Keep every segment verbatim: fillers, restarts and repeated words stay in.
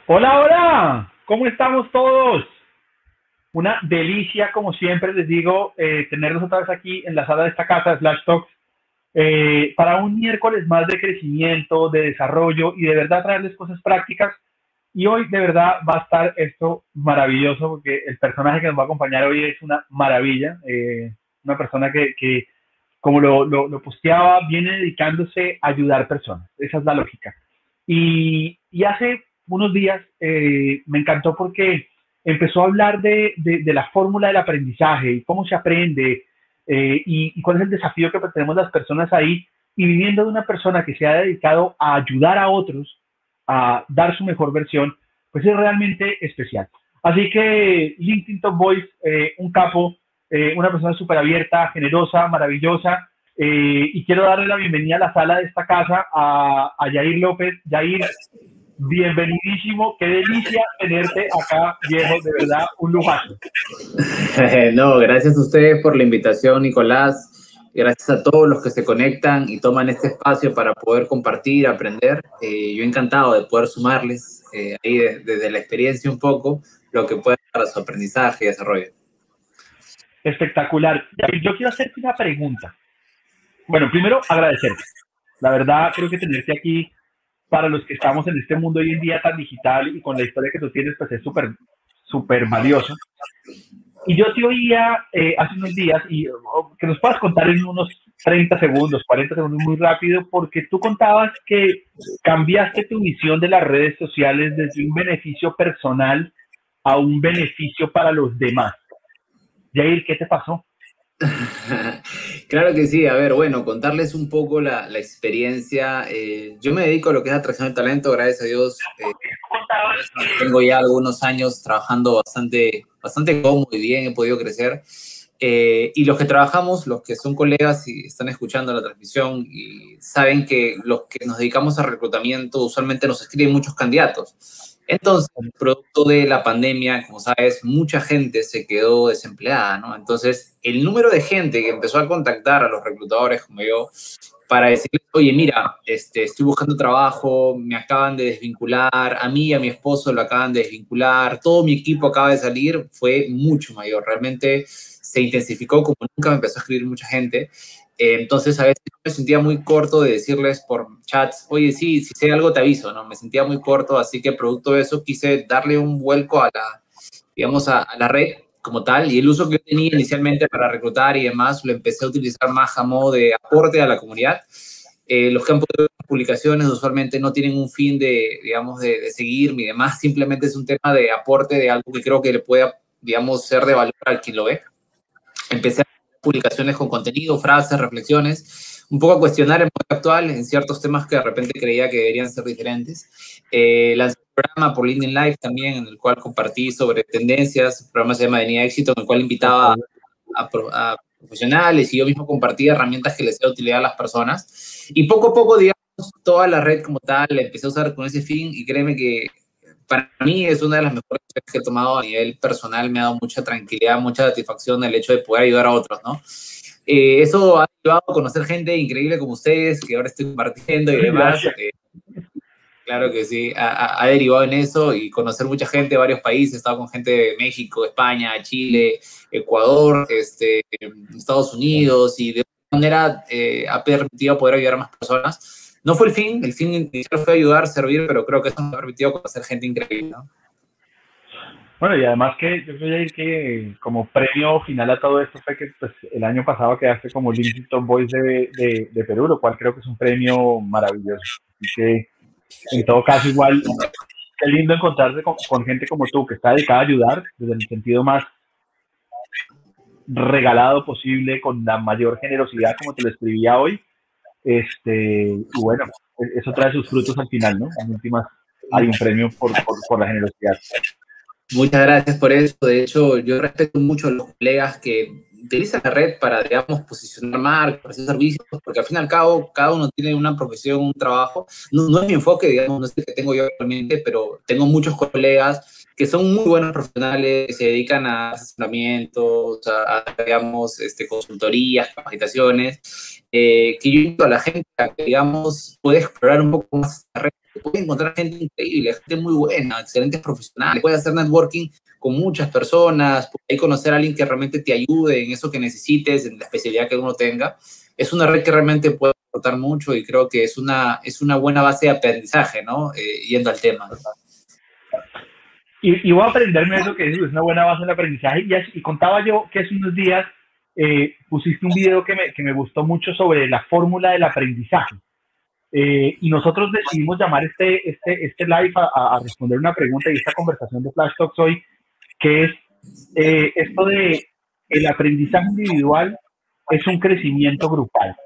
Hola, hola, ¿cómo estamos todos? Una delicia, como siempre, les digo, eh, tenerlos otra vez aquí en la sala de esta casa, Slash Talks, eh, para un miércoles más de crecimiento, de desarrollo y de verdad traerles cosas prácticas. Y hoy de verdad va a estar esto maravilloso porque el personaje que nos va a acompañar hoy es una maravilla, eh, una persona que, que como lo, lo, lo, posteaba, viene dedicándose a ayudar personas. Esa es la lógica. Y, y hace unos días eh, me encantó porque empezó a hablar de, de, de la fórmula del aprendizaje y cómo se aprende eh, y, y cuál es el desafío que tenemos las personas ahí. Y viniendo de una persona que se ha dedicado a ayudar a otros a dar su mejor versión, pues es realmente especial. Así que LinkedIn Top Voice, eh, un capo, eh, una persona súper abierta, generosa, maravillosa, eh, y quiero darle la bienvenida a la sala de esta casa a, a Yair López. Yair, bienvenidísimo, qué delicia tenerte acá, viejo, de verdad, un lujazo. No, gracias a ustedes por la invitación, Nicolás. Gracias a todos los que se conectan y toman este espacio para poder compartir, aprender. Eh, yo encantado de poder sumarles eh, ahí de, desde la experiencia un poco lo que pueda para su aprendizaje y desarrollo. Espectacular. Yair, yo quiero hacerte una pregunta. Bueno, primero agradecerte. La verdad, creo que tenerte aquí para los que estamos en este mundo hoy en día tan digital y con la historia que tú tienes, pues es súper, súper valioso. Y yo te oía eh, hace unos días, y oh, que nos puedas contar en unos treinta segundos, cuarenta segundos, muy rápido, porque tú contabas que cambiaste tu visión de las redes sociales desde un beneficio personal a un beneficio para los demás. Jair, ¿qué te pasó? Claro que sí, a ver, bueno, contarles un poco la, la experiencia. Eh, yo me dedico a lo que es atracción de talento, gracias a Dios. Eh, tengo ya algunos años trabajando bastante, bastante cómodo y bien, he podido crecer. Eh, y los que trabajamos, los que son colegas y están escuchando la transmisión y saben que los que nos dedicamos a reclutamiento usualmente nos escriben muchos candidatos. Entonces, producto de la pandemia, como sabes, mucha gente se quedó desempleada, ¿no? Entonces, el número de gente que empezó a contactar a los reclutadores como yo para decirles, oye, mira, este, estoy buscando trabajo, me acaban de desvincular, a mí y a mi esposo lo acaban de desvincular, todo mi equipo acaba de salir, fue mucho mayor. Realmente se intensificó como nunca, me empezó a escribir mucha gente. Eh, entonces, a veces me sentía muy corto de decirles por chats, oye, sí, si sé algo te aviso, ¿no? Me sentía muy corto, así que producto de eso quise darle un vuelco a la, digamos, a, a la red como tal, y el uso que yo tenía inicialmente para reclutar y demás, lo empecé a utilizar más a modo de aporte a la comunidad. Eh, los campos de publicaciones usualmente no tienen un fin de, digamos, de, de seguirme y demás, simplemente es un tema de aporte de algo que creo que le pueda, digamos, ser de valor al quien lo ve. Empecé a hacer publicaciones con contenido, frases, reflexiones, un poco a cuestionar el mundo actual en ciertos temas que de repente creía que deberían ser diferentes. Eh, lancé un programa por LinkedIn Live también, en el cual compartí sobre tendencias. El programa se llama Venida Éxito, en el cual invitaba a, a, a profesionales y yo mismo compartía herramientas que les sea de utilidad a las personas. Y poco a poco, digamos, toda la red como tal la empecé a usar con ese fin y créeme que para mí es una de las mejores decisiones que he tomado a nivel personal. Me ha dado mucha tranquilidad, mucha satisfacción el hecho de poder ayudar a otros, ¿no? Eh, eso ha llevado a conocer gente increíble como ustedes, que ahora estoy compartiendo y demás. Eh, claro que sí, ha, ha, derivado en eso y conocer mucha gente de varios países. He estado con gente de México, España, Chile, Ecuador, este, Estados Unidos, y de alguna manera eh, ha permitido poder ayudar a más personas. No fue el fin, el fin inicial fue ayudar, servir, pero creo que eso me ha permitido conocer gente increíble, ¿no? Bueno, y además que yo quería decir que como premio final a todo esto fue que pues, el año pasado quedaste como LinkedIn Top Voice de, de, de Perú, lo cual creo que es un premio maravilloso. Así que en todo caso igual, qué lindo encontrarse con, con gente como tú que está dedicada a ayudar desde el sentido más regalado posible, con la mayor generosidad, como te lo escribía hoy. Este, y bueno, eso trae sus frutos al final, ¿no? En últimas, hay un premio por, por, por la generosidad. Muchas gracias por eso. De hecho, yo respeto mucho a los colegas que utilizan la red para, digamos, posicionar marcas, hacer servicios, porque al fin y al cabo, cada uno tiene una profesión, un trabajo. No, no es mi enfoque, digamos, no es el que tengo yo actualmente, pero tengo muchos colegas que son muy buenos profesionales, que se dedican a asesoramientos, a, a digamos, este, consultorías, capacitaciones, eh, que yo invito a la gente a que, digamos, puede explorar un poco más esta red puedes encontrar gente increíble, gente muy buena, excelentes profesionales, puedes hacer networking con muchas personas, puedes conocer a alguien que realmente te ayude en eso que necesites, en la especialidad que uno tenga. Es una red que realmente puede aportar mucho y creo que es una, es una buena base de aprendizaje, ¿no? Eh, yendo al tema, ¿no? Y, y voy a aprenderme eso que dices, es una buena base de aprendizaje. Y, y contaba yo que hace unos días eh, pusiste un video que me, que me gustó mucho sobre la fórmula del aprendizaje. Eh, y nosotros decidimos llamar este, este, este live a, a responder una pregunta y esta conversación de Flash Talks hoy, que es eh, esto de el aprendizaje individual es un crecimiento grupal.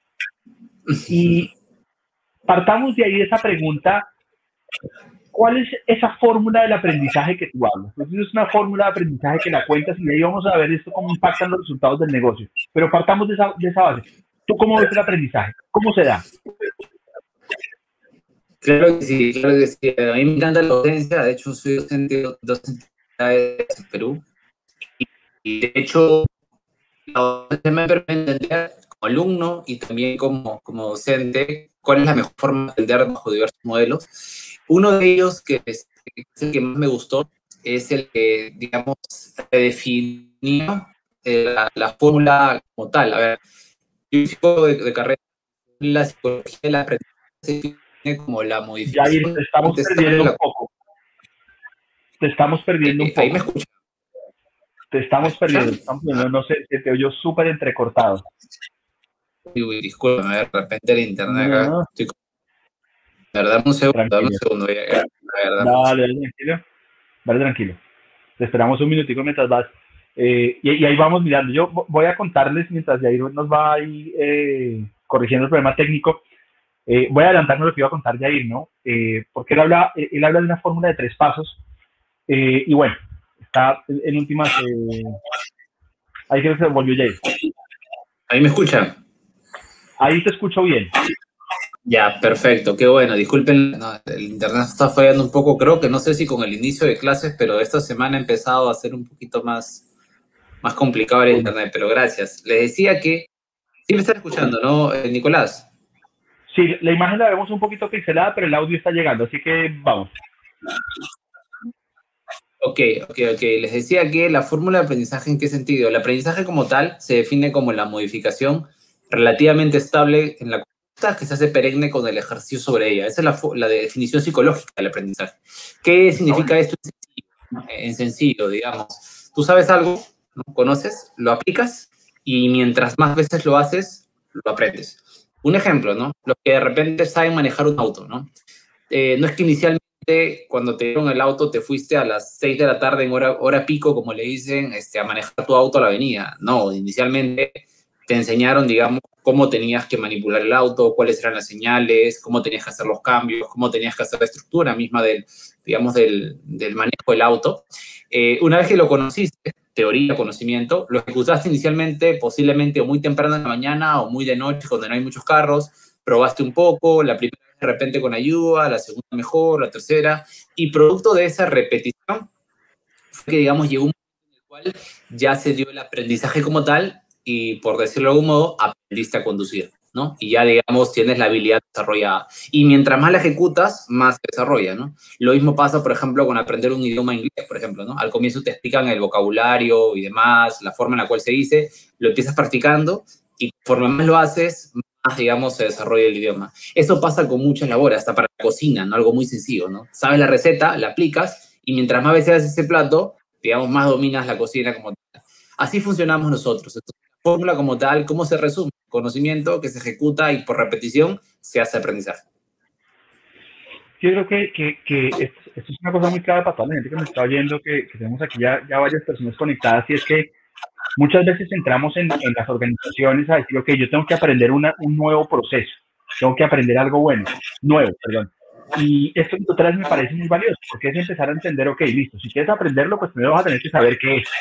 Y partamos de ahí de esa pregunta, ¿cuál es esa fórmula del aprendizaje que tú hablas? Entonces es una fórmula de aprendizaje que la cuentas y de ahí vamos a ver esto cómo impactan los resultados del negocio. Pero partamos de esa, de esa base. ¿Tú cómo ves el aprendizaje? ¿Cómo se da? Claro que sí, claro que sí. A mí me encanta la docencia, de hecho soy docente, docente en Perú. Y, y de hecho, la docencia me permite entender como alumno y también como, como docente cuál es la mejor forma de aprender bajo diversos modelos. Uno de ellos, que es, que es el que más me gustó, es el que, digamos, definió eh, la, la fórmula como tal. A ver, yo hice un poco de, de carrera en la psicología de la aprendizaje como la Jair, modificación te estamos estable perdiendo de un la... poco. Te estamos perdiendo un Eh, ahí me poco. escuchan. Te ¿Me estamos perdiendo. Te escuchan? estamos perdiendo. No sé, se te oyó súper entrecortado. Uy, discúlpame, de repente el internet No, acá. no, Estoy con... A ver, dame un segundo, dame un tranquilo. segundo. voy A ver, a ver, dame un Dale, segundo. dale, tranquilo. Dale, tranquilo. Te esperamos un minutico mientras vas. Eh, y, y ahí vamos mirando. Yo voy a contarles mientras Jair nos va ahí eh, corrigiendo el problema técnico. Eh, voy a adelantarme lo que iba a contar Jair, ¿no? Eh, porque él habla, él habla de una fórmula de tres pasos. Eh, y bueno, está en últimas. Eh, ahí creo que se volvió Jair. ¿Ahí me escuchan? Ahí te escucho bien. Ya, perfecto, qué bueno. Disculpen, no, el internet está fallando un poco, creo que no sé si con el inicio de clases, pero esta semana ha empezado a ser un poquito más, más complicado el Bueno, internet, pero gracias. Les decía que, sí me están escuchando, ¿no, eh, Nicolás? sí, la imagen la vemos un poquito pixelada, pero el audio está llegando, así que vamos. Ok, ok, ok. Les decía que la fórmula de aprendizaje, ¿en qué sentido? El aprendizaje como tal se define como la modificación relativamente estable en la conducta que se hace perenne con el ejercicio sobre ella. Esa es la, la definición psicológica del aprendizaje. ¿Qué significa esto en sencillo, en sencillo, digamos? Tú sabes algo, ¿no? Conoces, lo aplicas y mientras más veces lo haces, lo aprendes. Un ejemplo, ¿no? Los que de repente saben manejar un auto, ¿no? Eh, no es que inicialmente cuando te dieron el auto te fuiste a las seis de la tarde en hora, hora pico, como le dicen, este, a manejar tu auto a la avenida. No, inicialmente te enseñaron, digamos, cómo tenías que manipular el auto, cuáles eran las señales, cómo tenías que hacer los cambios, cómo tenías que hacer la estructura misma del, digamos, del, del manejo del auto. Eh, una vez que lo conociste, teoría, conocimiento, lo ejecutaste inicialmente, posiblemente o muy temprano en la mañana o muy de noche, cuando no hay muchos carros, probaste un poco, la primera vez de repente con ayuda, la segunda mejor, la tercera, y producto de esa repetición, fue que, digamos, llegó un momento en el cual ya se dio el aprendizaje como tal y, por decirlo de algún modo, aprendiste a conducir, ¿no? Y ya, digamos, tienes la habilidad desarrollada. Y mientras más la ejecutas, más se desarrolla, ¿no? Lo mismo pasa, por ejemplo, con aprender un idioma inglés, por ejemplo, ¿no? Al comienzo te explican el vocabulario y demás, la forma en la cual se dice, lo empiezas practicando y conforme más lo haces, más, digamos, se desarrolla el idioma. Eso pasa con muchas labores, hasta para la cocina, ¿no? Algo muy sencillo, ¿no? Sabes la receta, la aplicas y mientras más veces haces ese plato, digamos, más dominas la cocina como tal. Así funcionamos nosotros. Entonces, la fórmula como tal, ¿cómo se resume? Conocimiento que se ejecuta y por repetición se hace aprendizaje. Yo creo que, que, que esto, esto es una cosa muy clave para toda la gente que nos está oyendo, que, que tenemos aquí ya, ya varias personas conectadas, y es que muchas veces entramos en, en las organizaciones a decir, ok, yo tengo que aprender una, un nuevo proceso, tengo que aprender algo bueno, nuevo, perdón. Y esto que tú traes me parece muy valioso, porque es empezar a entender, ok, listo, si quieres aprenderlo, pues primero vas a tener que saber qué es.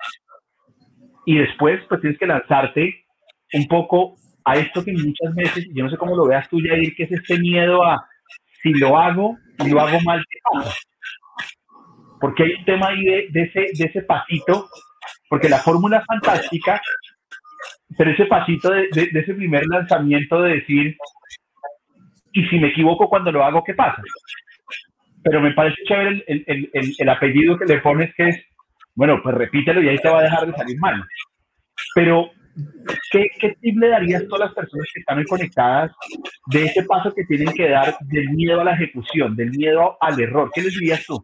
Y después, pues tienes que lanzarte un poco a esto que muchas veces, yo no sé cómo lo veas tú, Jair, que es este miedo a, si lo hago y lo hago mal, ¿qué pasa? Porque hay un tema ahí de, de, ese, de ese pasito, porque la fórmula es fantástica, pero ese pasito de, de, de ese primer lanzamiento de decir, y si me equivoco cuando lo hago, ¿qué pasa? Pero me parece chévere el, el, el, el apellido que le pones, que es, bueno, pues repítelo y ahí te va a dejar de salir mal. Pero, ¿qué, qué tip le darías tú a las personas que están hoy conectadas de ese paso que tienen que dar del miedo a la ejecución, del miedo al error? ¿Qué les dirías tú?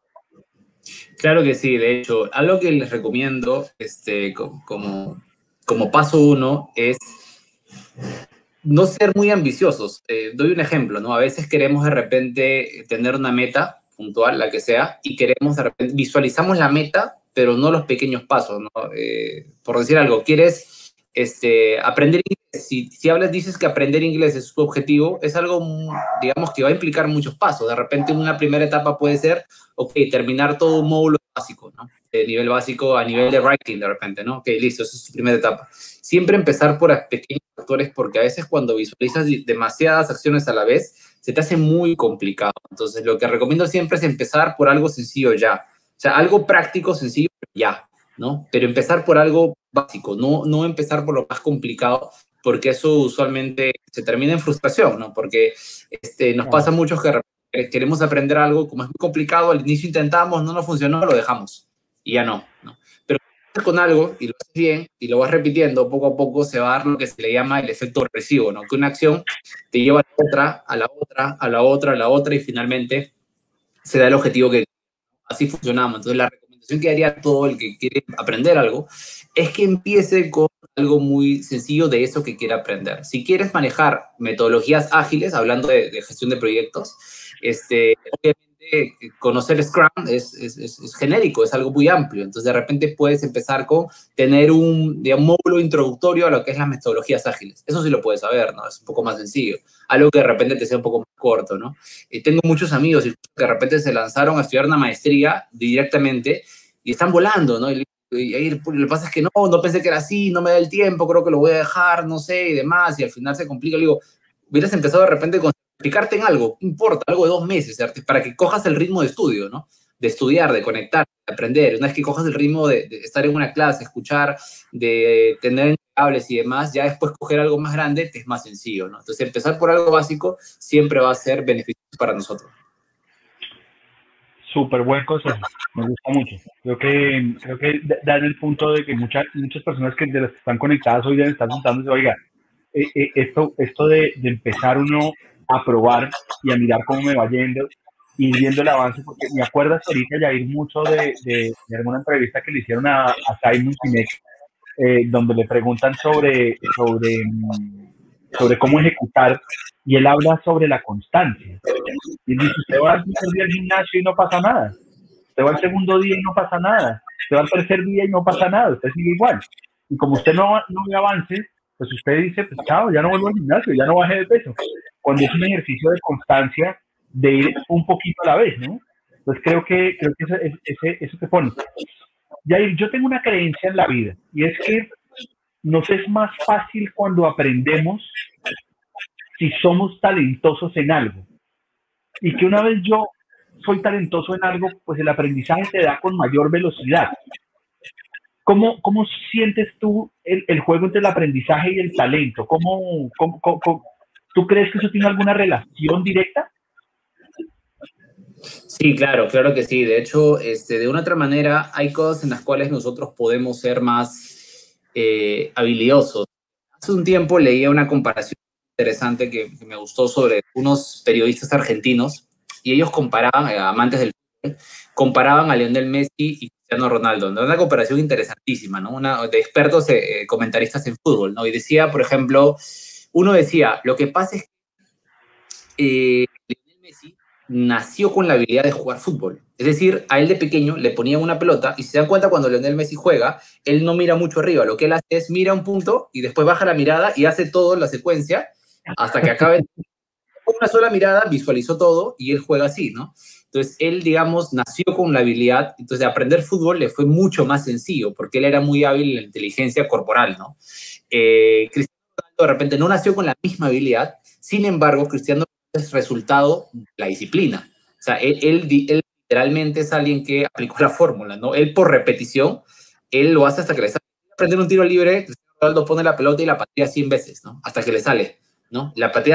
Claro que sí, de hecho, algo que les recomiendo este, como, como paso uno es no ser muy ambiciosos. Eh, doy un ejemplo, ¿no? A veces queremos de repente tener una meta puntual, la que sea, y queremos de repente, visualizamos la meta, pero no los pequeños pasos, ¿no? Eh, por decir algo, quieres este, aprender inglés. Si, si hablas, dices que aprender inglés es tu objetivo, es algo, digamos, que va a implicar muchos pasos. De repente, una primera etapa puede ser, ok, terminar todo un módulo básico, ¿no? De nivel básico a nivel de writing, de repente, ¿no? Ok, listo, esa es tu primera etapa. Siempre empezar por pequeños factores, porque a veces cuando visualizas demasiadas acciones a la vez, se te hace muy complicado. Entonces, lo que recomiendo siempre es empezar por algo sencillo ya. O sea, algo práctico, sencillo, ya, ¿no? Pero empezar por algo básico, no, no empezar por lo más complicado, porque eso usualmente se termina en frustración, ¿no? Porque este, nos pasa mucho que queremos aprender algo, como es muy complicado, al inicio intentamos, no nos funcionó, lo dejamos y ya no, ¿no? Pero con algo y lo haces bien y lo vas repitiendo, poco a poco se va a dar lo que se le llama el efecto regresivo, ¿no? Que una acción te lleva a la otra, a la otra, a la otra, a la otra y finalmente se da el objetivo que así funcionamos. Entonces la recomendación que haría a todo el que quiere aprender algo es que empiece con algo muy sencillo de eso que quiere aprender. Si quieres manejar metodologías ágiles, hablando de, de gestión de proyectos, este, obviamente conocer Scrum es, es, es, es genérico, es algo muy amplio. Entonces, de repente puedes empezar con tener un, digamos, módulo introductorio a lo que es las metodologías ágiles. Eso sí lo puedes saber, ¿no? Es un poco más sencillo. Algo que de repente te sea un poco más corto, ¿no? Eh, tengo muchos amigos que de repente se lanzaron a estudiar una maestría directamente y están volando, ¿no? Y, y ahí lo que pasa es que no, no pensé que era así, no me da el tiempo, creo que lo voy a dejar, no sé, y demás, y al final se complica. Le digo, hubieras empezado de repente con explicarte en algo, no importa, algo de dos meses, para que cojas el ritmo de estudio, ¿no? De estudiar, de conectar, de aprender. Una vez que cojas el ritmo de, de estar en una clase, escuchar, de tener cables y demás, ya después coger algo más grande te es más sencillo, ¿no? Entonces, empezar por algo básico siempre va a ser beneficioso para nosotros. Súper buen consejo, me gusta mucho. Creo que, creo que da en el punto de que muchas, muchas personas que de las que están conectadas hoy deben estar preguntándose, oiga, eh, eh, esto, esto de, de empezar uno a probar y a mirar cómo me va yendo y viendo el avance, porque me acuerdas ahorita, Yair, mucho de, de, de alguna entrevista que le hicieron a, a Simon Sinek, eh, donde le preguntan sobre, sobre, sobre cómo ejecutar, y él habla sobre la constancia. Y dice, usted va al primer día al gimnasio y no pasa nada. Usted va al segundo día y no pasa nada. Usted va al tercer día y no pasa nada. Usted sigue igual. Y como usted no, no ve avance, pues usted dice, pues chao, ya no vuelvo al gimnasio, ya no bajé de peso. Cuando es un ejercicio de constancia, de ir un poquito a la vez, ¿no? Entonces creo que, creo que eso, ese, eso te pone. Yair, yo tengo una creencia en la vida, y es que nos es más fácil cuando aprendemos si somos talentosos en algo. Y que una vez yo soy talentoso en algo, pues el aprendizaje se da con mayor velocidad. ¿Cómo, cómo sientes tú el, el juego entre el aprendizaje y el talento? ¿Cómo, cómo, cómo, cómo, ¿Tú crees que eso tiene alguna relación directa? Sí, claro, claro que sí. De hecho, este, de una otra manera, hay cosas en las cuales nosotros podemos ser más eh, habilidosos. Hace un tiempo leía una comparación interesante que, que me gustó sobre unos periodistas argentinos y ellos comparaban, eh, amantes del fútbol, comparaban a Lionel Messi y Cristiano Ronaldo. ¿No? Una comparación interesantísima, ¿no? Una, de expertos eh, comentaristas en fútbol, ¿no? Y decía, por ejemplo, uno decía, lo que pasa es que eh, Lionel Messi nació con la habilidad de jugar fútbol. Es decir, a él de pequeño le ponían una pelota y si se dan cuenta cuando Lionel Messi juega, él no mira mucho arriba. Lo que él hace es mira un punto y después baja la mirada y hace todo la secuencia hasta que acabe. Con una sola mirada visualizó todo y él juega así, ¿no? Entonces, él, digamos, nació con la habilidad, entonces aprender fútbol le fue mucho más sencillo porque él era muy hábil en la inteligencia corporal, ¿no? Eh, Cristiano Ronaldo de repente no nació con la misma habilidad, sin embargo, Cristiano es resultado de la disciplina. O sea, él, él, él literalmente es alguien que aplicó la fórmula, ¿no? Él por repetición, él lo hace hasta que le sale. Aprender un tiro libre, Cristiano Ronaldo pone la pelota y la patea cien veces, ¿no? Hasta que le sale, ¿no? La patea cien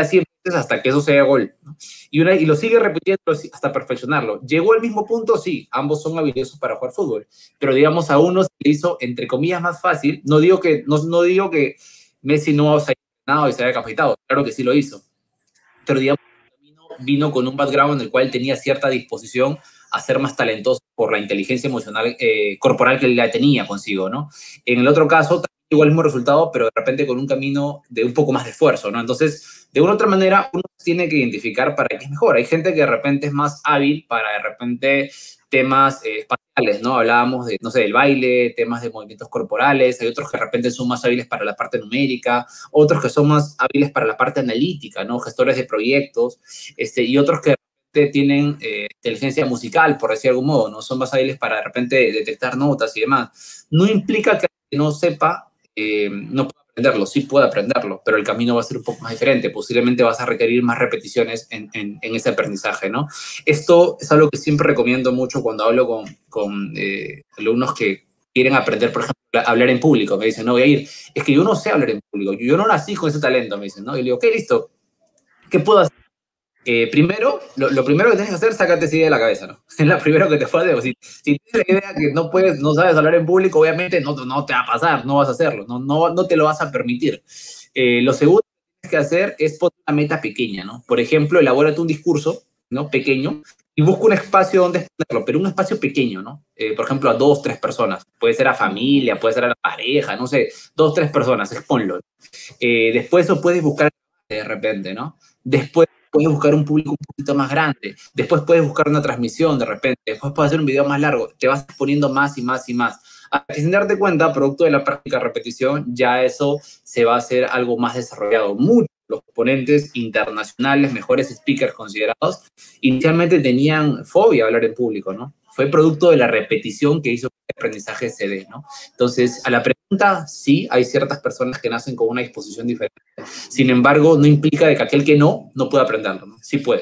hasta que eso sea gol, ¿no? Y, una, y lo sigue repitiendo hasta perfeccionarlo. ¿Llegó al mismo punto? Sí, ambos son habilidosos para jugar fútbol, pero digamos a uno se le hizo, entre comillas, más fácil. No digo que, no, no digo que Messi no se haya entrenado y se haya capacitado, claro que sí lo hizo, pero digamos vino con un background en el cual tenía cierta disposición a ser más talentoso por la inteligencia emocional eh, corporal que él la tenía consigo, ¿no? En el otro caso, igual el mismo resultado, pero de repente con un camino de un poco más de esfuerzo, ¿no? Entonces, de una u otra manera, uno tiene que identificar para qué es mejor. Hay gente que de repente es más hábil para de repente temas eh, espaciales, ¿no? Hablábamos de, no sé, del baile, temas de movimientos corporales, hay otros que de repente son más hábiles para la parte numérica, otros que son más hábiles para la parte analítica, ¿no? Gestores de proyectos, este, y otros que de repente tienen eh, inteligencia musical, por decir de algún modo, ¿no? Son más hábiles para de repente detectar notas y demás. No implica que no sepa, eh, no pueda aprenderlo, sí puede aprenderlo, pero el camino va a ser un poco más diferente, posiblemente vas a requerir más repeticiones en, en, en ese aprendizaje, ¿no? Esto es algo que siempre recomiendo mucho cuando hablo con, con eh, alumnos que quieren aprender, por ejemplo, a hablar en público. Me dicen, no, voy a ir, es que yo no sé hablar en público, yo no nací con ese talento, me dicen, ¿no? Y le digo, ok, listo, ¿qué puedo hacer? Eh, primero, lo, lo primero que tienes que hacer es sacarte esa idea de la cabeza, ¿no? Es lo primero que te puedes hacer. Si, si tienes la idea que no puedes, no sabes hablar en público, obviamente no, no te va a pasar, no vas a hacerlo, no, no, no te lo vas a permitir. Eh, lo segundo que tienes que hacer es poner una meta pequeña, ¿no? Por ejemplo, elabórate un discurso, ¿no? Pequeño, y busca un espacio donde exponerlo, pero un espacio pequeño, ¿no? Eh, por ejemplo, a dos, tres personas. Puede ser a familia, puede ser a la pareja, no sé, dos, tres personas, exponlo. Eh, después eso puedes buscar de repente, ¿no? Después puedes buscar un público un poquito más grande, después puedes buscar una transmisión de repente, después puedes hacer un video más largo, te vas poniendo más y más y más. Hasta que sin darte cuenta, producto de la práctica repetición, ya eso se va a hacer algo más desarrollado. Muchos de los ponentes internacionales, mejores speakers considerados, inicialmente tenían fobia a hablar en público, ¿no? Fue producto de la repetición que hizo que el aprendizaje se dé, ¿no? Entonces, a la pregunta, sí, hay ciertas personas que nacen con una disposición diferente. Sin embargo, no implica de que aquel que no, no pueda aprenderlo, ¿no? Sí puede.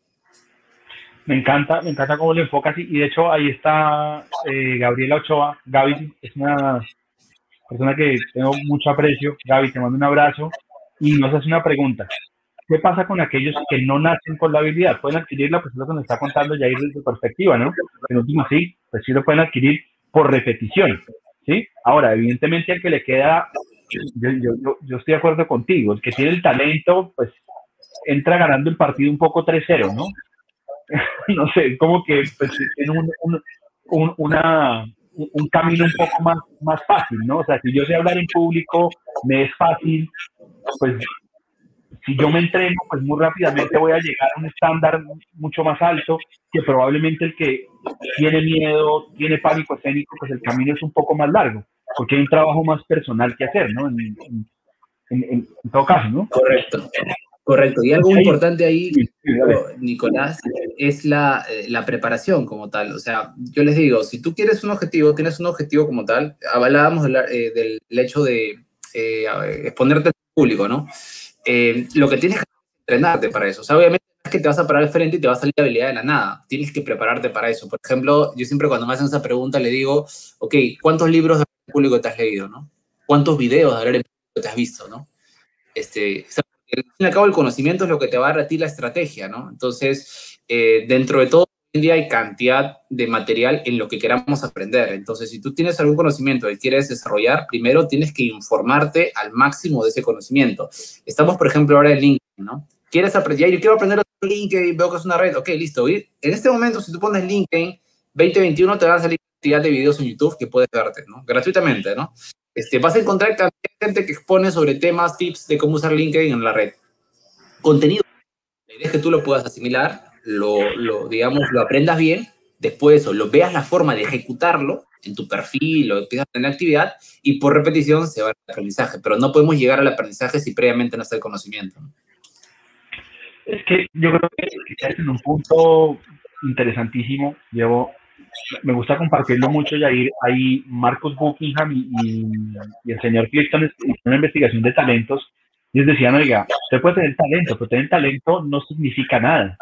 Me encanta, me encanta cómo lo enfocas y, y de hecho ahí está eh, Gabriela Ochoa. Gaby es una persona que tengo mucho aprecio. Gaby, te mando un abrazo y nos hace una pregunta. ¿Qué pasa con aquellos que no nacen con la habilidad? Pueden adquirirla, pues es lo que nos está contando Jair desde su perspectiva, ¿no? En último, sí, pues sí lo pueden adquirir por repetición, ¿sí? Ahora, evidentemente, al que le queda, yo, yo, yo, yo estoy de acuerdo contigo, el que tiene el talento, pues entra ganando el partido un poco tres cero, ¿no? No sé, como que pues, tiene un, un, un, una, un camino un poco más, más fácil, ¿no? O sea, si yo sé hablar en público, me es fácil, pues si yo me entreno, pues muy rápidamente voy a llegar a un estándar mucho más alto que probablemente el que tiene miedo, tiene pánico escénico, pues el camino es un poco más largo, porque hay un trabajo más personal que hacer, ¿no? En, en, en, en todo caso, ¿no? Correcto. Correcto. Y algo importante ahí, sí, sí, Nicolás, es la, la preparación como tal. O sea, yo les digo, si tú quieres un objetivo, tienes un objetivo como tal, hablábamos del, eh, del hecho de eh, exponerte al público, ¿no? Eh, lo que tienes que entrenarte para eso. O sea, obviamente no es que te vas a parar al frente y te va a salir la habilidad de la nada. Tienes que prepararte para eso. Por ejemplo, yo siempre cuando me hacen esa pregunta le digo, ok, ¿cuántos libros de hablar en público te has leído, no? ¿Cuántos videos de hablar en público te has visto, no? Este, al fin y al cabo, el conocimiento es lo que te va a dar a ti la estrategia, ¿no? Entonces, eh, dentro de todo, hoy en día hay cantidad de material en lo que queramos aprender. Entonces, si tú tienes algún conocimiento que quieres desarrollar, primero tienes que informarte al máximo de ese conocimiento. Estamos, por ejemplo, ahora en LinkedIn, ¿no? ¿Quieres aprender? Yo quiero aprender LinkedIn, veo que es una red. Ok, listo. En este momento, si tú pones LinkedIn veinte veintiuno, te van a salir cantidad de videos en YouTube que puedes verte, ¿no? Gratuitamente, ¿no? Este, vas a encontrar cantidad de gente que expone sobre temas, tips de cómo usar LinkedIn en la red. Contenido. La idea es que tú lo puedas asimilar, lo, lo, digamos, lo aprendas bien, después de eso, lo veas la forma de ejecutarlo en tu perfil o empiezas a tener actividad y por repetición se va al aprendizaje. Pero no podemos llegar al aprendizaje si previamente no está el conocimiento, ¿no? Es que yo creo que estás en un punto interesantísimo. Llevo, me gusta compartirlo mucho, Yair. Ahí Marcus Buckingham y, y, y el señor Clifton hicieron una investigación de talentos y les decían, oiga, usted puede tener talento, pero tener talento no significa nada.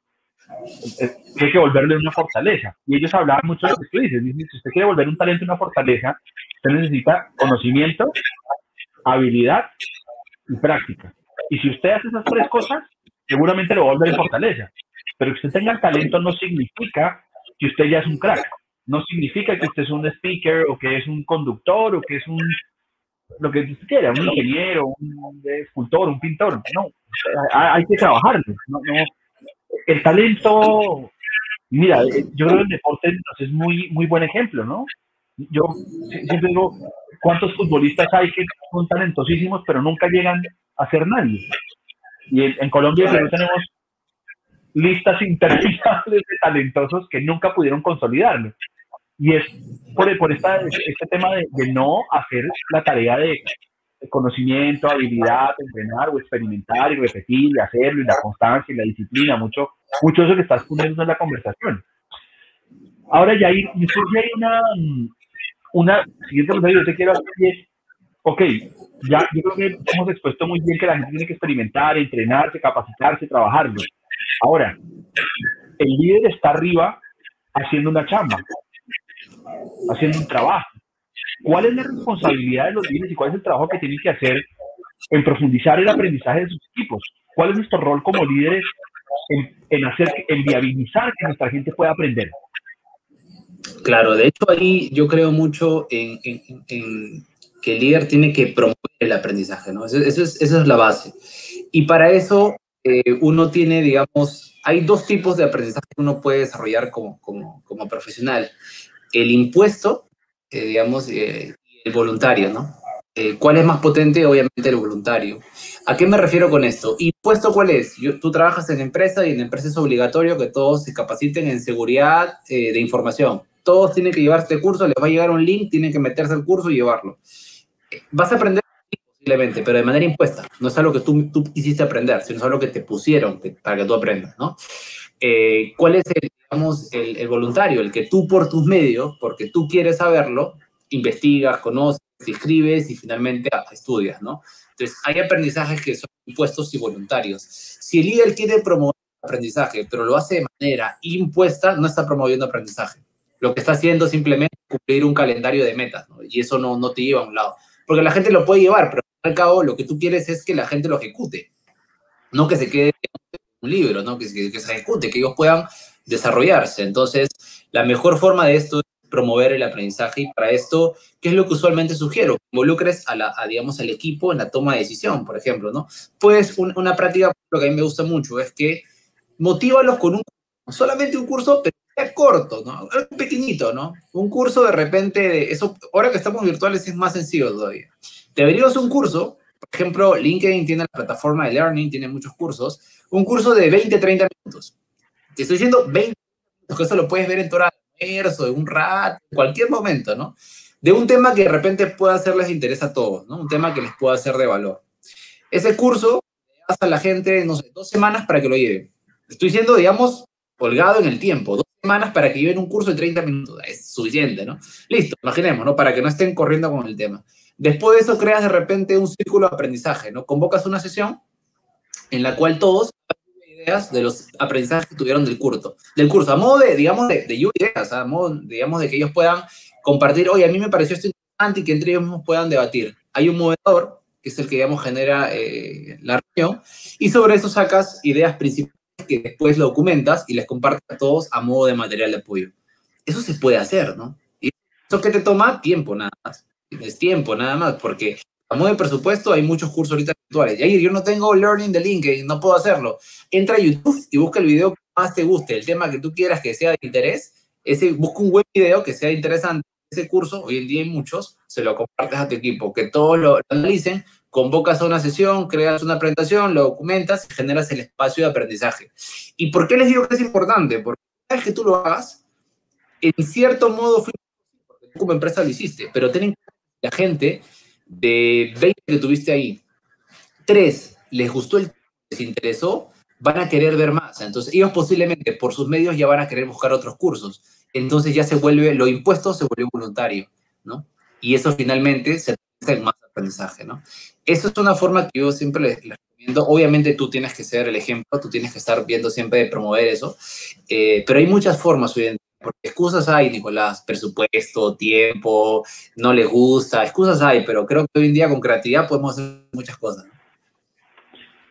Tiene que volverlo una fortaleza. Y ellos hablaban mucho de lo que tú dices. Dicen, si usted quiere volver un talento una fortaleza, usted necesita conocimiento, habilidad y práctica. Y si usted hace esas tres cosas, seguramente lo va a volver en fortaleza. Pero que usted tenga el talento no significa que usted ya es un crack. No significa que usted es un speaker o que es un conductor o que es un, lo que usted quiera, un ingeniero, un escultor, un pintor. No, hay que trabajarlo. No, no. El talento, mira, yo creo que el deporte es muy, muy buen ejemplo, ¿no? Yo siempre digo, ¿cuántos futbolistas hay que son talentosísimos pero nunca llegan a ser nadie? Y en, en Colombia pero tenemos listas interminables de talentosos que nunca pudieron consolidarlo. Y es por, por esta, este tema de, de no hacer la tarea de, de conocimiento, habilidad, entrenar o experimentar y repetir y hacerlo, y la constancia y la disciplina, mucho, mucho de eso que estás poniendo en la conversación. Ahora, Yair, me surge ahí una, una siguiente pregunta que yo te quiero hacer y es, ok, ya yo creo que hemos expuesto muy bien que la gente tiene que experimentar, entrenarse, capacitarse, trabajarlo. Ahora, el líder está arriba haciendo una chamba, haciendo un trabajo. ¿Cuál es la responsabilidad de los líderes y cuál es el trabajo que tienen que hacer en profundizar el aprendizaje de sus equipos? ¿Cuál es nuestro rol como líderes en, en, hacer, en viabilizar que nuestra gente pueda aprender? Claro, de hecho ahí yo creo mucho en, en, en que el líder tiene que promover el aprendizaje, ¿no? Eso, eso, es, eso es la base. Y para eso eh, uno tiene, digamos, hay dos tipos de aprendizaje que uno puede desarrollar como, como, como profesional. El impuesto, eh, digamos, eh, y el voluntario, ¿no? Eh, ¿Cuál es más potente? Obviamente el voluntario. ¿A qué me refiero con esto? ¿Impuesto cuál es? Yo, tú trabajas en empresa y en empresa es obligatorio que todos se capaciten en seguridad eh, de información. Todos tienen que llevar este curso, les va a llegar un link, tienen que meterse al curso y llevarlo. Vas a aprender posiblemente, pero de manera impuesta. No es algo que tú, tú quisiste aprender, sino es algo que te pusieron que, para que tú aprendas, ¿no? Eh, ¿Cuál es el, digamos, el, el voluntario? El que tú por tus medios, porque tú quieres saberlo, investigas, conoces, escribes y finalmente estudias, ¿no? Entonces, hay aprendizajes que son impuestos y voluntarios. Si el líder quiere promover el aprendizaje, pero lo hace de manera impuesta, no está promoviendo aprendizaje. Lo que está haciendo es simplemente cumplir un calendario de metas, ¿no? Y eso no, no te lleva a un lado. Porque la gente lo puede llevar, pero al cabo lo que tú quieres es que la gente lo ejecute, no que se quede en un libro, ¿no? Que, que, que se ejecute, que ellos puedan desarrollarse. Entonces, la mejor forma de esto es promover el aprendizaje y para esto, ¿qué es lo que usualmente sugiero? Involucres a, la, a, digamos, al equipo en la toma de decisión, por ejemplo, ¿no? Pues un, una práctica, lo que a mí me gusta mucho es que motívalos con un solamente un curso, pero sea corto, ¿no? Algo pequeñito, ¿no? Un curso de repente, de eso, ahora que estamos virtuales es más sencillo todavía. Te averiguas un curso, por ejemplo, LinkedIn tiene la plataforma de Learning, tiene muchos cursos, un curso de veinte, treinta minutos. Te estoy diciendo veinte minutos, que eso lo puedes ver en tu hora de almuerzo, de un rato, en cualquier momento, ¿no? De un tema que de repente pueda hacerles interés a todos, ¿no? Un tema que les pueda ser de valor. Ese curso, le das a la gente, no sé, dos semanas para que lo lleven. Estoy diciendo, digamos, colgado en el tiempo, dos semanas para que lleven un curso de treinta minutos, es suficiente, ¿no? Listo, imaginemos, ¿no? Para que no estén corriendo con el tema. Después de eso creas de repente un círculo de aprendizaje, ¿no? Convocas una sesión en la cual todos ideas de los aprendizajes que tuvieron del curso, del curso, a modo de, digamos, de, de lluvia ideas, a modo, digamos, de que ellos puedan compartir, oye, a mí me pareció esto interesante y que entre ellos mismos puedan debatir. Hay un moderador, que es el que, digamos, genera eh, la reunión, y sobre eso sacas ideas principales que después lo documentas y les compartes a todos a modo de material de apoyo. Eso se puede hacer, ¿no? Y eso que te toma tiempo nada más. Es tiempo nada más, porque a modo de presupuesto hay muchos cursos ahorita virtuales. Y ahí yo no tengo Learning de LinkedIn, no puedo hacerlo. Entra a YouTube y busca el video que más te guste, el tema que tú quieras que sea de interés. Ese, busca un buen video que sea interesante. Ese curso, hoy en día hay muchos, se lo compartes a tu equipo, que todos lo analicen, convocas a una sesión, creas una presentación, lo documentas y generas el espacio de aprendizaje. ¿Y por qué les digo que es importante? Porque una vez que tú lo hagas, en cierto modo, fue porque tú como empresa lo hiciste, pero ten en cuenta que la gente de veinte que tuviste ahí, tres, les gustó el tema, les interesó, van a querer ver más. Entonces, ellos posiblemente por sus medios ya van a querer buscar otros cursos. Entonces ya se vuelve, lo impuesto se vuelve voluntario, ¿no? Y eso finalmente se traduce en más aprendizaje, ¿no? Eso es una forma que yo siempre les, les recomiendo. Obviamente tú tienes que ser el ejemplo, tú tienes que estar viendo siempre de promover eso, eh, pero hay muchas formas hoy en día. Porque excusas hay, Nicolás, presupuesto, tiempo, no les gusta, excusas hay, pero creo que hoy en día con creatividad podemos hacer muchas cosas.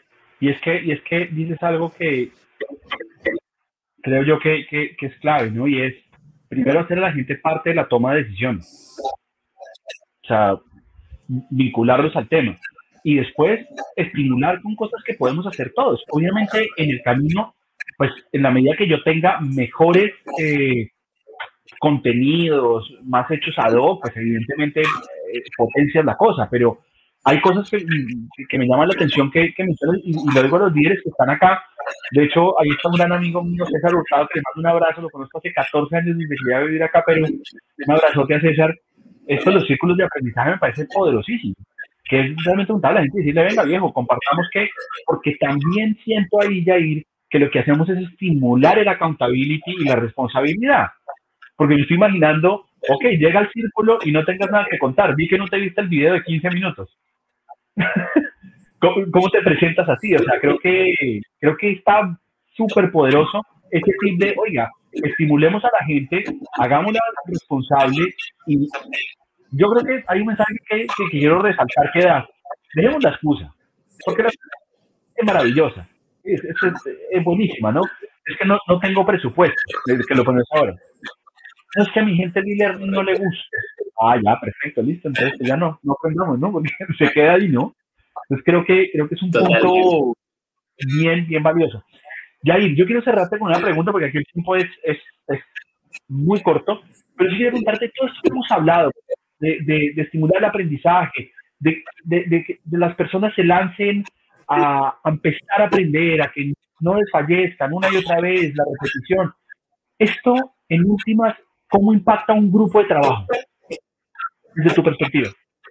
Y es que, y es que dices algo que creo yo que, que, que es clave, ¿no? Y es, primero, hacer a la gente parte de la toma de decisiones. O sea, vincularlos al tema. Y después, estimular con cosas que podemos hacer todos. Obviamente, en el camino, pues, en la medida que yo tenga mejores eh, contenidos, más hechos ad hoc, pues, evidentemente, eh, potencias la cosa. Pero hay cosas que, que me llaman la atención que, que me y, y lo digo a los líderes que están acá. De hecho, ahí está un gran amigo mío, César Hurtado, que le mando un abrazo, lo conozco hace catorce años desde que llegué a vivir acá, pero un abrazote a César. Esto de los círculos de aprendizaje me parece poderosísimo, que es realmente un a la gente y decirle, venga viejo, compartamos que, porque también siento ahí, Yair, que lo que hacemos es estimular el accountability y la responsabilidad. Porque me estoy imaginando, ok, llega al círculo y no tengas nada que contar, vi que no te viste el video de quince minutos. ¿Cómo, ¿Cómo, te presentas así? O sea, creo que, creo que está súper poderoso ese tip de, oiga, estimulemos a la gente, hagámosla responsable y yo creo que hay un mensaje que, que, que quiero resaltar que da, dejemos la excusa, porque la excusa es maravillosa, es, es, es, es buenísima, ¿no? Es que no, no tengo presupuesto, desde que lo pones ahora. No, es que a mi gente dealer no le gusta. Ah, ya, perfecto, listo, entonces ya no, no aprendamos, ¿no? Porque se queda ahí, ¿no? Entonces creo que, creo que es un punto bien, bien valioso. Yair, yo quiero cerrarte con una pregunta porque aquí el tiempo es, es, es muy corto, pero sí quiero preguntarte todo esto que hemos hablado, de, de, de estimular el aprendizaje, de, de, de que de las personas se lancen a, a empezar a aprender, a que no desfallezcan una y otra vez, la repetición. Esto, en últimas, ¿cómo impacta un grupo de trabajo? Desde tu perspectiva.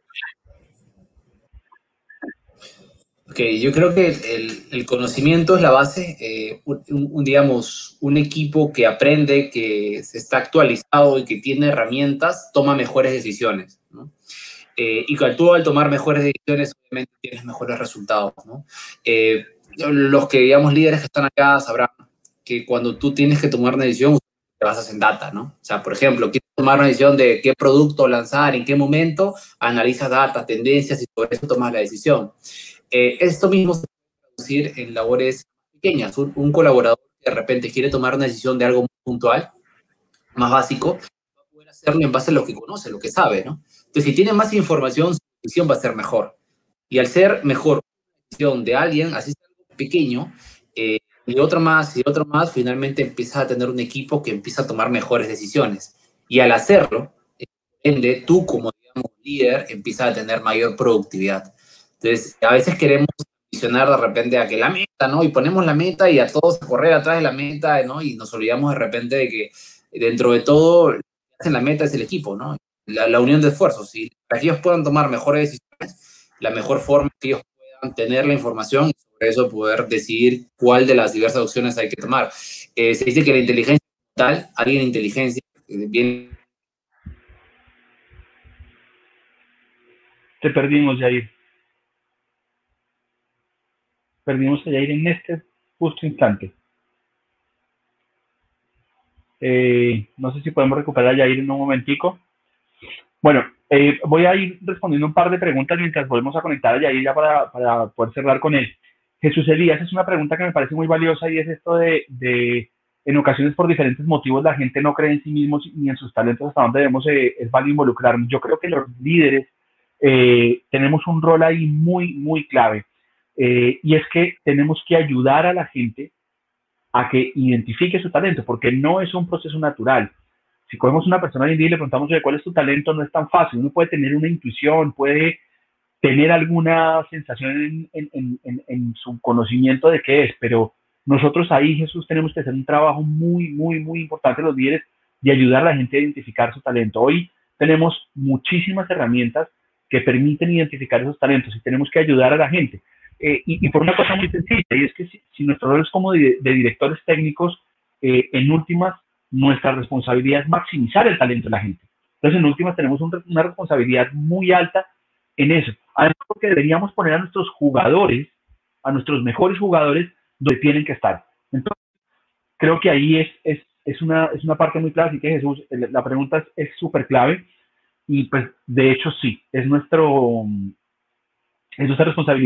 Ok, yo creo que el, el conocimiento es la base. Eh, un, un, digamos, un equipo que aprende, que se está actualizado y que tiene herramientas, toma mejores decisiones, ¿no? Eh, y tú al tomar mejores decisiones, obviamente tienes mejores resultados, ¿no? Eh, los que, digamos, líderes que están acá sabrán que cuando tú tienes que tomar una decisión, te basas en data, ¿no? O sea, por ejemplo, quieres tomar una decisión de qué producto lanzar, en qué momento, analizas data, tendencias y sobre eso tomas la decisión. Eh, esto mismo se puede producir en labores pequeñas. Un, un colaborador que de repente quiere tomar una decisión de algo muy puntual, más básico, va a poder hacerlo en base a lo que conoce, lo que sabe, ¿no? Entonces, si tiene más información, su decisión va a ser mejor. Y al ser mejor la decisión de alguien, así sea algo pequeño, eh, y otro más, y otro más, finalmente empiezas a tener un equipo que empieza a tomar mejores decisiones. Y al hacerlo, ende, tú como, digamos, líder, empiezas a tener mayor productividad. Entonces, a veces queremos visionar de repente a que la meta, ¿no? Y ponemos la meta y a todos correr atrás de la meta, ¿no? Y nos olvidamos de repente de que dentro de todo, en la meta es el equipo, ¿no? La, la unión de esfuerzos. Y para que ellos puedan tomar mejores decisiones, la mejor forma es que ellos puedan tener la información y sobre eso poder decidir cuál de las diversas opciones hay que tomar. Eh, se dice que la inteligencia tal, alguien inteligencia, bien. Te perdimos, Yair. Perdimos a Yair en este justo instante. Eh, no sé si podemos recuperar a Yair en un momentico. Bueno, eh, voy a ir respondiendo un par de preguntas mientras volvemos a conectar a Yair ya para, para poder cerrar con él. Jesús Elías, es una pregunta que me parece muy valiosa y es esto de, de en ocasiones por diferentes motivos la gente no cree en sí mismos ni en sus talentos hasta dónde debemos eh, es válido involucrarnos. Yo creo que los líderes eh, tenemos un rol ahí muy, muy clave eh, y es que tenemos que ayudar a la gente a que identifique su talento porque no es un proceso natural. Si cogemos una persona hoy en día y le preguntamos, oye, ¿cuál es tu talento? No es tan fácil. Uno puede tener una intuición, puede tener alguna sensación en, en, en, en su conocimiento de qué es, pero nosotros ahí, Jesús, tenemos que hacer un trabajo muy, muy, muy importante los líderes de ayudar a la gente a identificar su talento. Hoy tenemos muchísimas herramientas que permiten identificar esos talentos y tenemos que ayudar a la gente. Eh, y, y por una cosa muy sencilla, y es que si, si nuestro rol es como de, de directores técnicos, eh, en últimas, nuestra responsabilidad es maximizar el talento de la gente. Entonces, en últimas, tenemos un, una responsabilidad muy alta en eso. Además, porque deberíamos poner a nuestros jugadores, a nuestros mejores jugadores, donde tienen que estar. Entonces, creo que ahí es, es, es, una, es una parte muy clara, así que Jesús, la pregunta es súper clave y pues de hecho sí, es, nuestro, es nuestra responsabilidad.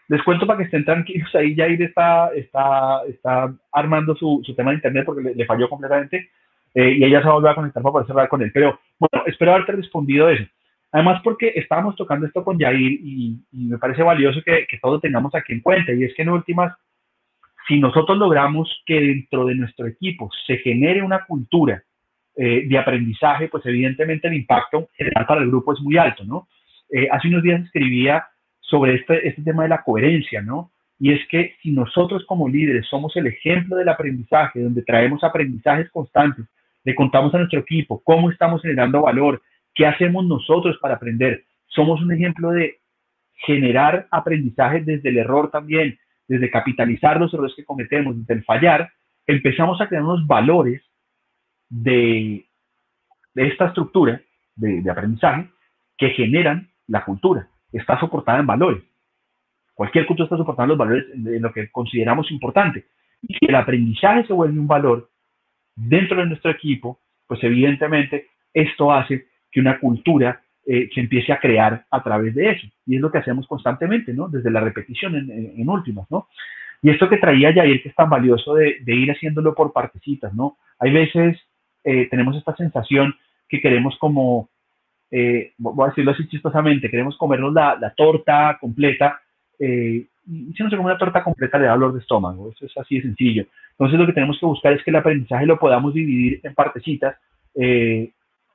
Les cuento para que estén tranquilos, ahí Jair está, está, está armando su, su tema de internet porque le, le falló completamente, eh, y ella se va a volver a conectar para poder hablar con él. Pero bueno, espero haberte respondido eso. Además, porque estábamos tocando esto con Jair y, y me parece valioso que, que todos lo tengamos aquí en cuenta, y es que en últimas, si nosotros logramos que dentro de nuestro equipo se genere una cultura eh, de aprendizaje, pues evidentemente el impacto general para el grupo es muy alto, ¿no? Eh, hace unos días escribía sobre este, este tema de la coherencia, ¿no? Y es que si nosotros como líderes somos el ejemplo del aprendizaje, donde traemos aprendizajes constantes, le contamos a nuestro equipo cómo estamos generando valor, qué hacemos nosotros para aprender, somos un ejemplo de generar aprendizaje desde el error también, desde capitalizar los errores que cometemos, desde el fallar, empezamos a crear unos valores de, de esta estructura de, de aprendizaje que generan la cultura. Está soportada en valores. Cualquier cultura está soportada en los valores de lo que consideramos importante. Y si el aprendizaje se vuelve un valor dentro de nuestro equipo, pues evidentemente esto hace que una cultura eh, se empiece a crear a través de eso. Y es lo que hacemos constantemente, ¿no? Desde la repetición en, en, en últimas, ¿no? Y esto que traía Jair, que es tan valioso de, de ir haciéndolo por partecitas, ¿no? Hay veces eh, tenemos esta sensación que queremos como, eh, voy a decirlo así chistosamente, queremos comernos la, la torta completa, eh, y si no se come una torta completa le da dolor de estómago, eso es así de sencillo. Entonces lo que tenemos que buscar es que el aprendizaje lo podamos dividir en partecitas, eh,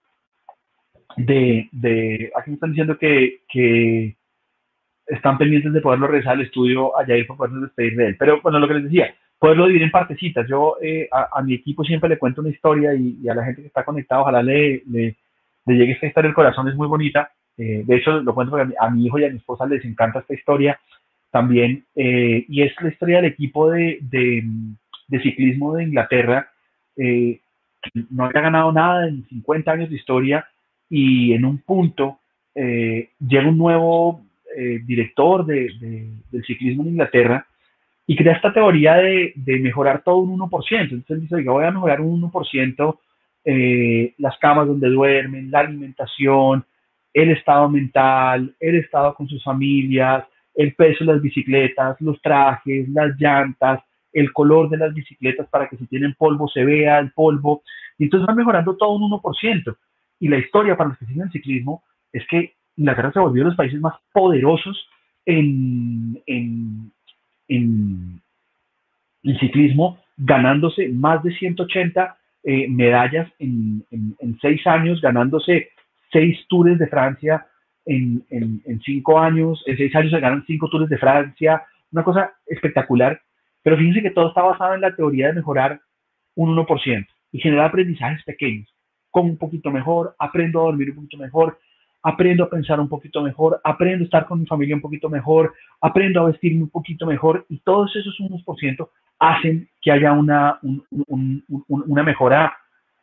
de, de, aquí me están diciendo que, que están pendientes de poderlo regresar al estudio allá y para podernos despedir de él. Pero bueno, lo que les decía, poderlo dividir en partecitas. Yo eh, a, a mi equipo siempre le cuento una historia y, y a la gente que está conectada, ojalá le, le, le llegue esta historia al corazón, es muy bonita. Eh, de hecho, lo cuento porque a mi, a mi hijo y a mi esposa les encanta esta historia también. Eh, y es la historia del equipo de, de, de ciclismo de Inglaterra, eh, que no había ganado nada en cincuenta años de historia y en un punto eh, llega un nuevo eh, director de, de, del ciclismo en Inglaterra y crea esta teoría de, de mejorar todo un uno por ciento. Entonces él dice, oiga, voy a mejorar un uno por ciento eh, las camas donde duermen, la alimentación, el estado mental, el estado con sus familias, el peso de las bicicletas, los trajes, las llantas, el color de las bicicletas para que si tienen polvo se vea el polvo. Y entonces van mejorando todo un uno por ciento. Y la historia para los que siguen el ciclismo es que Inglaterra se volvió de los países más poderosos en, en, en, en ciclismo, ganándose más de ciento ochenta eh, medallas en, en, en seis años, ganándose seis Tours de Francia en, en, en cinco años, en seis años se ganan cinco Tours de Francia, una cosa espectacular. Pero fíjense que todo está basado en la teoría de mejorar un uno por ciento y generar aprendizajes pequeños. Como un poquito mejor, aprendo a dormir un poquito mejor, aprendo a pensar un poquito mejor, aprendo a estar con mi familia un poquito mejor, aprendo a vestirme un poquito mejor, y todos esos uno por ciento hacen que haya una, un, un, un, una mejora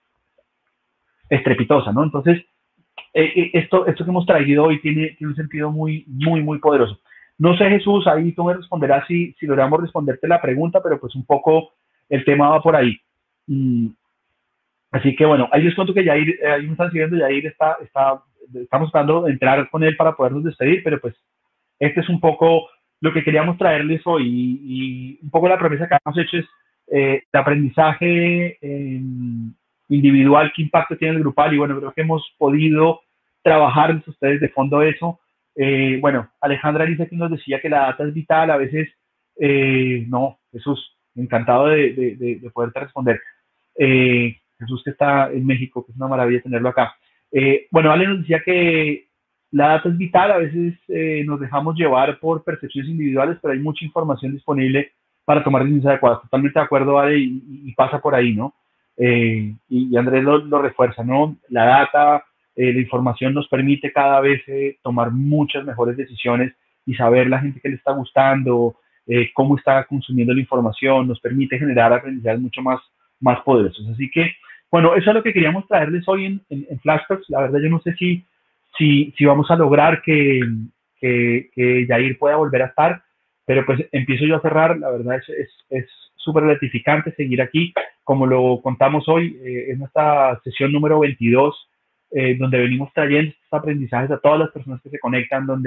estrepitosa, ¿no? Entonces, eh, esto, esto que hemos traído hoy tiene, tiene un sentido muy, muy, muy poderoso. No sé, Jesús, ahí tú me responderás si, si logramos responderte la pregunta, pero pues un poco el tema va por ahí. Mm. Así que bueno, ahí les cuento que Jair, eh, ahí me están siguiendo, Jair está, está, estamos tratando de entrar con él para podernos despedir, pero pues este es un poco lo que queríamos traerles hoy, y, y un poco la promesa que hemos hecho es eh, el aprendizaje eh, individual, qué impacto tiene el grupal, y bueno, creo que hemos podido trabajar ustedes de fondo eso. Eh, bueno, Alejandra dice que nos decía que la data es vital, a veces eh, no, Jesús, encantado de, de, de, de poderte responder. Eh, Jesús, que está en México, que es una maravilla tenerlo acá. Eh, bueno, Ale nos decía que la data es vital, a veces eh, nos dejamos llevar por percepciones individuales, pero hay mucha información disponible para tomar decisiones adecuadas. Totalmente de acuerdo, Ale, y, y pasa por ahí, ¿no? Eh, y, y Andrés lo, lo refuerza, ¿no? La data, eh, la información nos permite cada vez eh, tomar muchas mejores decisiones y saber la gente que le está gustando, eh, cómo está consumiendo la información, nos permite generar aprendizajes mucho más, más poderosos. Así que, bueno, eso es lo que queríamos traerles hoy en, en, en Flash Talks. La verdad, yo no sé si, si, si vamos a lograr que, que, que Jair pueda volver a estar, pero pues empiezo yo a cerrar. La verdad es es súper gratificante seguir aquí, como lo contamos hoy, eh, en nuestra sesión número veintidós, eh, donde venimos trayendo estos aprendizajes a todas las personas que se conectan, donde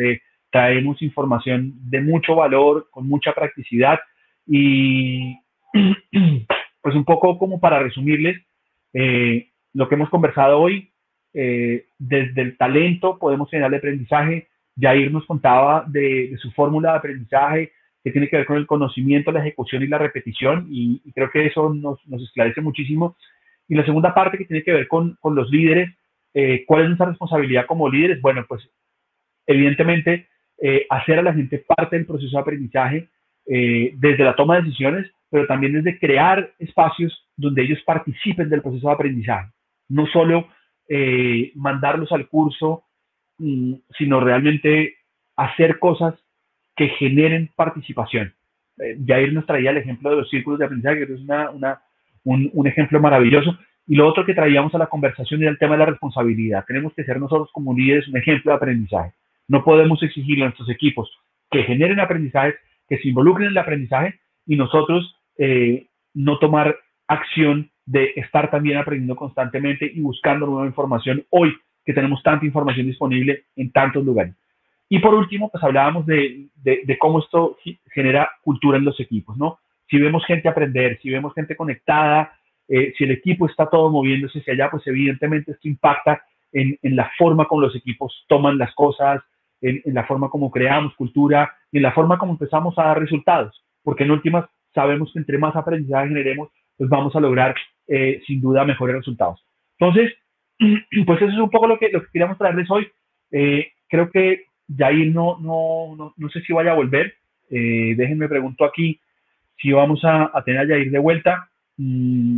traemos información de mucho valor, con mucha practicidad y pues un poco como para resumirles eh, lo que hemos conversado hoy, eh, desde el talento podemos generar aprendizaje. Jair nos contaba de, de su fórmula de aprendizaje que tiene que ver con el conocimiento, la ejecución y la repetición y, y creo que eso nos, nos esclarece muchísimo. Y la segunda parte que tiene que ver con, con los líderes, eh, ¿cuál es nuestra responsabilidad como líderes? Bueno, pues evidentemente eh, hacer a la gente parte del proceso de aprendizaje eh, desde la toma de decisiones, pero también desde crear espacios donde ellos participen del proceso de aprendizaje. No solo eh, mandarlos al curso, mm, sino realmente hacer cosas que generen participación. Eh, Jair nos traía el ejemplo de los círculos de aprendizaje, que es una, una, un, un ejemplo maravilloso. Y lo otro que traíamos a la conversación era el tema de la responsabilidad. Tenemos que ser nosotros como líderes un ejemplo de aprendizaje. No podemos exigirle a nuestros equipos que generen aprendizajes, que se involucren en el aprendizaje y nosotros eh, no tomar acción de estar también aprendiendo constantemente y buscando nueva información hoy que tenemos tanta información disponible en tantos lugares. Y por último, pues hablábamos de, de, de cómo esto genera cultura en los equipos, ¿no? Si vemos gente aprender, si vemos gente conectada, eh, si el equipo está todo moviéndose hacia allá, pues evidentemente esto impacta en, en la forma como los equipos toman las cosas, en, en la forma como creamos cultura y en la forma como empezamos a dar resultados. Porque en últimas sabemos que entre más aprendizaje generemos, pues vamos a lograr eh, sin duda mejores resultados. Entonces, pues eso es un poco lo que, lo que queríamos traerles hoy. Eh, creo que Jair no, no, no, no sé si vaya a volver. Eh, déjenme pregunto aquí si vamos a, a tener a Jair de vuelta. Mm,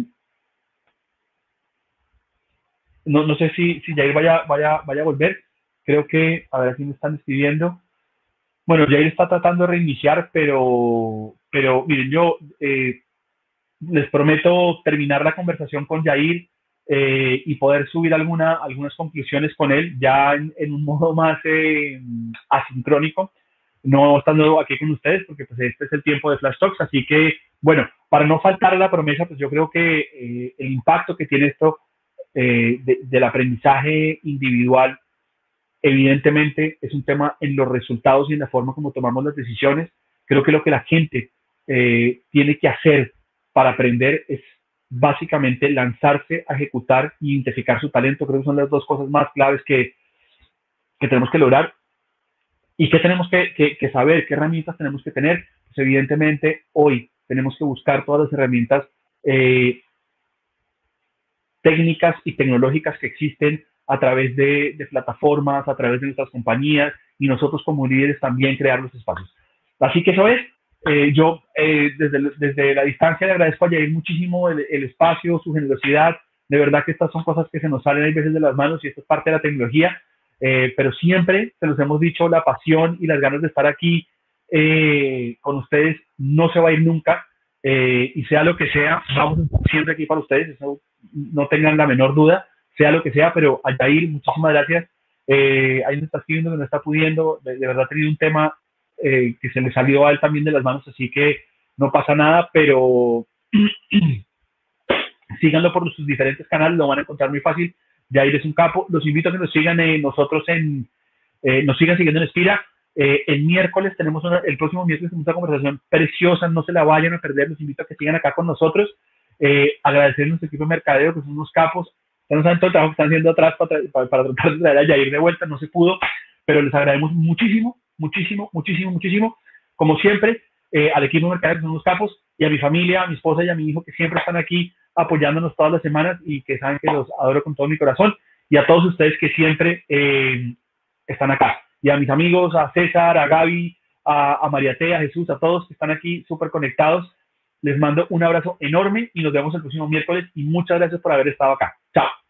no, no sé si, si Jair vaya, vaya, vaya a volver. Creo que, a ver, aquí me están escribiendo. Bueno, Jair está tratando de reiniciar, pero, pero miren, yo eh, les prometo terminar la conversación con Jair eh, y poder subir alguna, algunas conclusiones con él ya en, en un modo más eh, asincrónico, no estando aquí con ustedes, porque pues este es el tiempo de Flash Talks, así que, bueno, para no faltar a la promesa, pues yo creo que eh, el impacto que tiene esto eh, de, del aprendizaje individual, evidentemente es un tema en los resultados y en la forma como tomamos las decisiones. Creo que lo que la gente eh, tiene que hacer para aprender es básicamente lanzarse a ejecutar e identificar su talento. Creo que son las dos cosas más claves que, que tenemos que lograr. ¿Y qué tenemos que, que, que saber? ¿Qué herramientas tenemos que tener? Pues evidentemente hoy tenemos que buscar todas las herramientas eh, técnicas y tecnológicas que existen a través de, de plataformas, a través de nuestras compañías y nosotros como líderes también crear los espacios. Así que eso es. Eh, yo eh, desde, desde la distancia le agradezco a Jair muchísimo el, el espacio, su generosidad. De verdad que estas son cosas que se nos salen a veces de las manos y esto es parte de la tecnología. Eh, pero siempre, se los hemos dicho, la pasión y las ganas de estar aquí eh, con ustedes no se va a ir nunca. Eh, y sea lo que sea, vamos a estar siempre aquí para ustedes, eso no tengan la menor duda, sea lo que sea, pero a Jair, muchísimas gracias. Eh, ahí nos está escribiendo que no está pudiendo, de, de verdad ha tenido un tema eh, que se le salió a él también de las manos, así que no pasa nada, pero síganlo por sus diferentes canales, lo van a encontrar muy fácil. Jair es un capo. Los invito a que nos sigan eh, nosotros en, eh, nos sigan siguiendo en Espira. Eh, el miércoles tenemos una, el próximo miércoles tenemos una conversación preciosa, no se la vayan a perder, los invito a que sigan acá con nosotros. Eh, agradecer a nuestro equipo de mercadeo, que son unos capos, ya no saben todo el trabajo que están haciendo atrás para, para, para tratar de traer a Jair de vuelta, no se pudo, pero les agradecemos muchísimo, muchísimo, muchísimo, muchísimo, como siempre, eh, al equipo de mercadeo, que son unos capos, y a mi familia, a mi esposa y a mi hijo, que siempre están aquí apoyándonos todas las semanas y que saben que los adoro con todo mi corazón, y a todos ustedes que siempre eh, están acá. Y a mis amigos, a César, a Gaby, a, a Mariate, a Jesús, a todos que están aquí súper conectados, les mando un abrazo enorme y nos vemos el próximo miércoles y muchas gracias por haber estado acá. Chao.